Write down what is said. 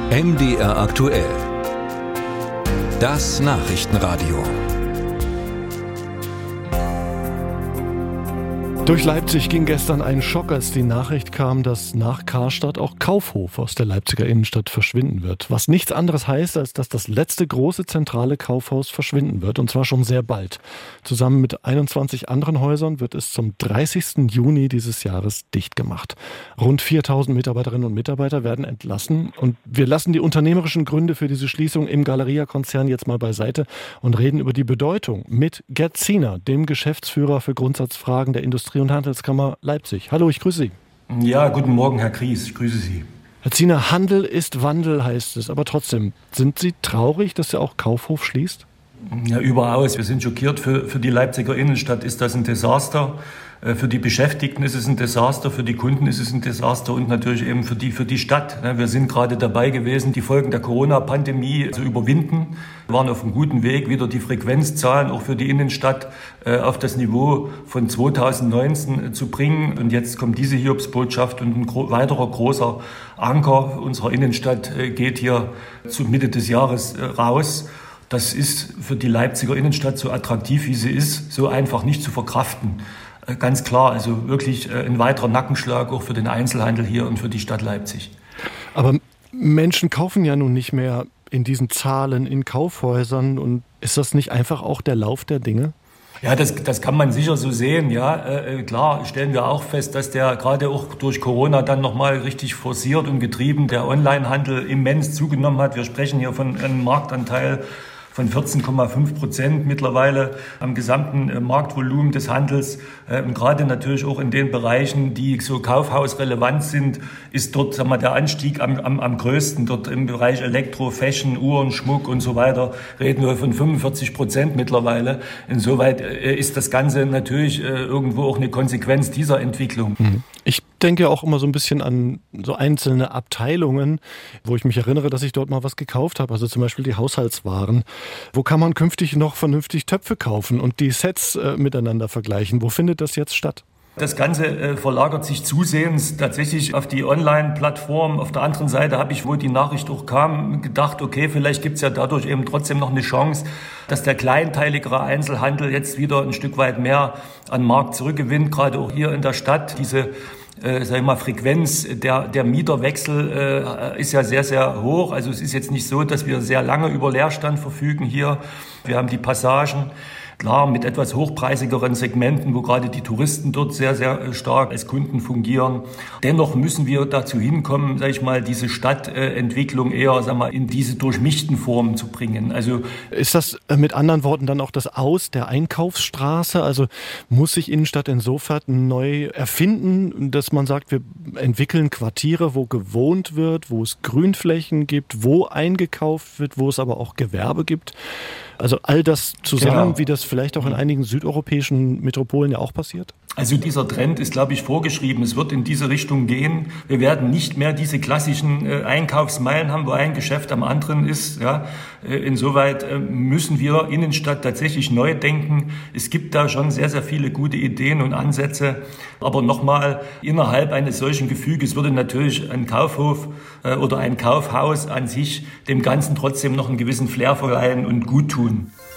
MDR aktuell. Das Nachrichtenradio. Durch Leipzig ging gestern ein Schock, als die Nachricht kam, dass nach Karstadt auch Kaufhof aus der Leipziger Innenstadt verschwinden wird. Was nichts anderes heißt, als dass das letzte große zentrale Kaufhaus verschwinden wird, und zwar schon sehr bald. Zusammen mit 21 anderen Häusern wird es zum 30. Juni dieses Jahres dicht gemacht. Rund 4.000 Mitarbeiterinnen und Mitarbeiter werden entlassen, und wir lassen die unternehmerischen Gründe für diese Schließung im Galeria-Konzern jetzt mal beiseite und reden über die Bedeutung mit Gerd Ziener, dem Geschäftsführer für Grundsatzfragen der Industrie- und Handelskammer Leipzig. Hallo, ich grüße Sie. Ja, guten Morgen, Herr Kries. Ich grüße Sie. Herr Ziener, Handel ist Wandel, heißt es. Aber trotzdem, sind Sie traurig, dass der auch Kaufhof schließt? Ja, überaus. Wir sind schockiert. Für die Leipziger Innenstadt ist das ein Desaster. Für die Beschäftigten ist es ein Desaster, für die Kunden ist es ein Desaster und natürlich eben für die Stadt. Wir sind gerade dabei gewesen, die Folgen der Corona-Pandemie zu überwinden. Wir waren auf einem guten Weg, wieder die Frequenzzahlen auch für die Innenstadt auf das Niveau von 2019 zu bringen. Und jetzt kommt diese Hiobsbotschaft, und ein weiterer großer Anker unserer Innenstadt geht hier zur Mitte des Jahres raus. Das ist für die Leipziger Innenstadt, so attraktiv wie sie ist, so einfach nicht zu verkraften. Ganz klar, also wirklich ein weiterer Nackenschlag auch für den Einzelhandel hier und für die Stadt Leipzig. Aber Menschen kaufen ja nun nicht mehr in diesen Zahlen in Kaufhäusern. Und ist das nicht einfach auch der Lauf der Dinge? Ja, das kann man sicher so sehen. Ja, klar stellen wir auch fest, dass der gerade auch durch Corona dann nochmal richtig forciert und getrieben der Onlinehandel immens zugenommen hat. Wir sprechen hier von einem Marktanteil von 14,5% mittlerweile am gesamten Marktvolumen des Handels. Und gerade natürlich auch in den Bereichen, die so kaufhausrelevant sind, ist dort, sagen wir, der Anstieg am größten. Dort im Bereich Elektro, Fashion, Uhren, Schmuck und so weiter reden wir von 45% mittlerweile. Insoweit ist das Ganze natürlich irgendwo auch eine Konsequenz dieser Entwicklung. Ich denke auch immer so ein bisschen an so einzelne Abteilungen, wo ich mich erinnere, dass ich dort mal was gekauft habe. Also zum Beispiel die Haushaltswaren. Wo kann man künftig noch vernünftig Töpfe kaufen und die Sets miteinander vergleichen? Wo findet das jetzt statt? Das Ganze verlagert sich zusehends tatsächlich auf die Online-Plattform. Auf der anderen Seite habe ich, wo die Nachricht auch kam, gedacht, okay, vielleicht gibt es ja dadurch eben trotzdem noch eine Chance, dass der kleinteiligere Einzelhandel jetzt wieder ein Stück weit mehr an Markt zurückgewinnt, gerade auch hier in der Stadt. Diese Frequenz der Mieterwechsel ist ja sehr, sehr hoch. Also es ist jetzt nicht so, dass wir sehr lange über Leerstand verfügen hier. Wir haben die Passagen, klar, mit etwas hochpreisigeren Segmenten, wo gerade die Touristen dort sehr, sehr stark als Kunden fungieren. Dennoch müssen wir dazu hinkommen, sage ich mal, diese Stadtentwicklung eher, sagen wir, in diese durchmischten Formen zu bringen. Also ist das mit anderen Worten dann auch das Aus der Einkaufsstraße? Also muss sich Innenstadt insofern neu erfinden, dass man sagt, wir entwickeln Quartiere, wo gewohnt wird, wo es Grünflächen gibt, wo eingekauft wird, wo es aber auch Gewerbe gibt? Also all das zusammen, wie das vielleicht auch in einigen südeuropäischen Metropolen ja auch passiert? Also dieser Trend ist, glaube ich, vorgeschrieben. Es wird in diese Richtung gehen. Wir werden nicht mehr diese klassischen Einkaufsmeilen haben, wo ein Geschäft am anderen ist. Ja. Insoweit müssen wir Innenstadt tatsächlich neu denken. Es gibt da schon sehr, sehr viele gute Ideen und Ansätze. Aber nochmal, innerhalb eines solchen Gefüges würde natürlich ein Kaufhof oder ein Kaufhaus an sich dem Ganzen trotzdem noch einen gewissen Flair verleihen und gut tun.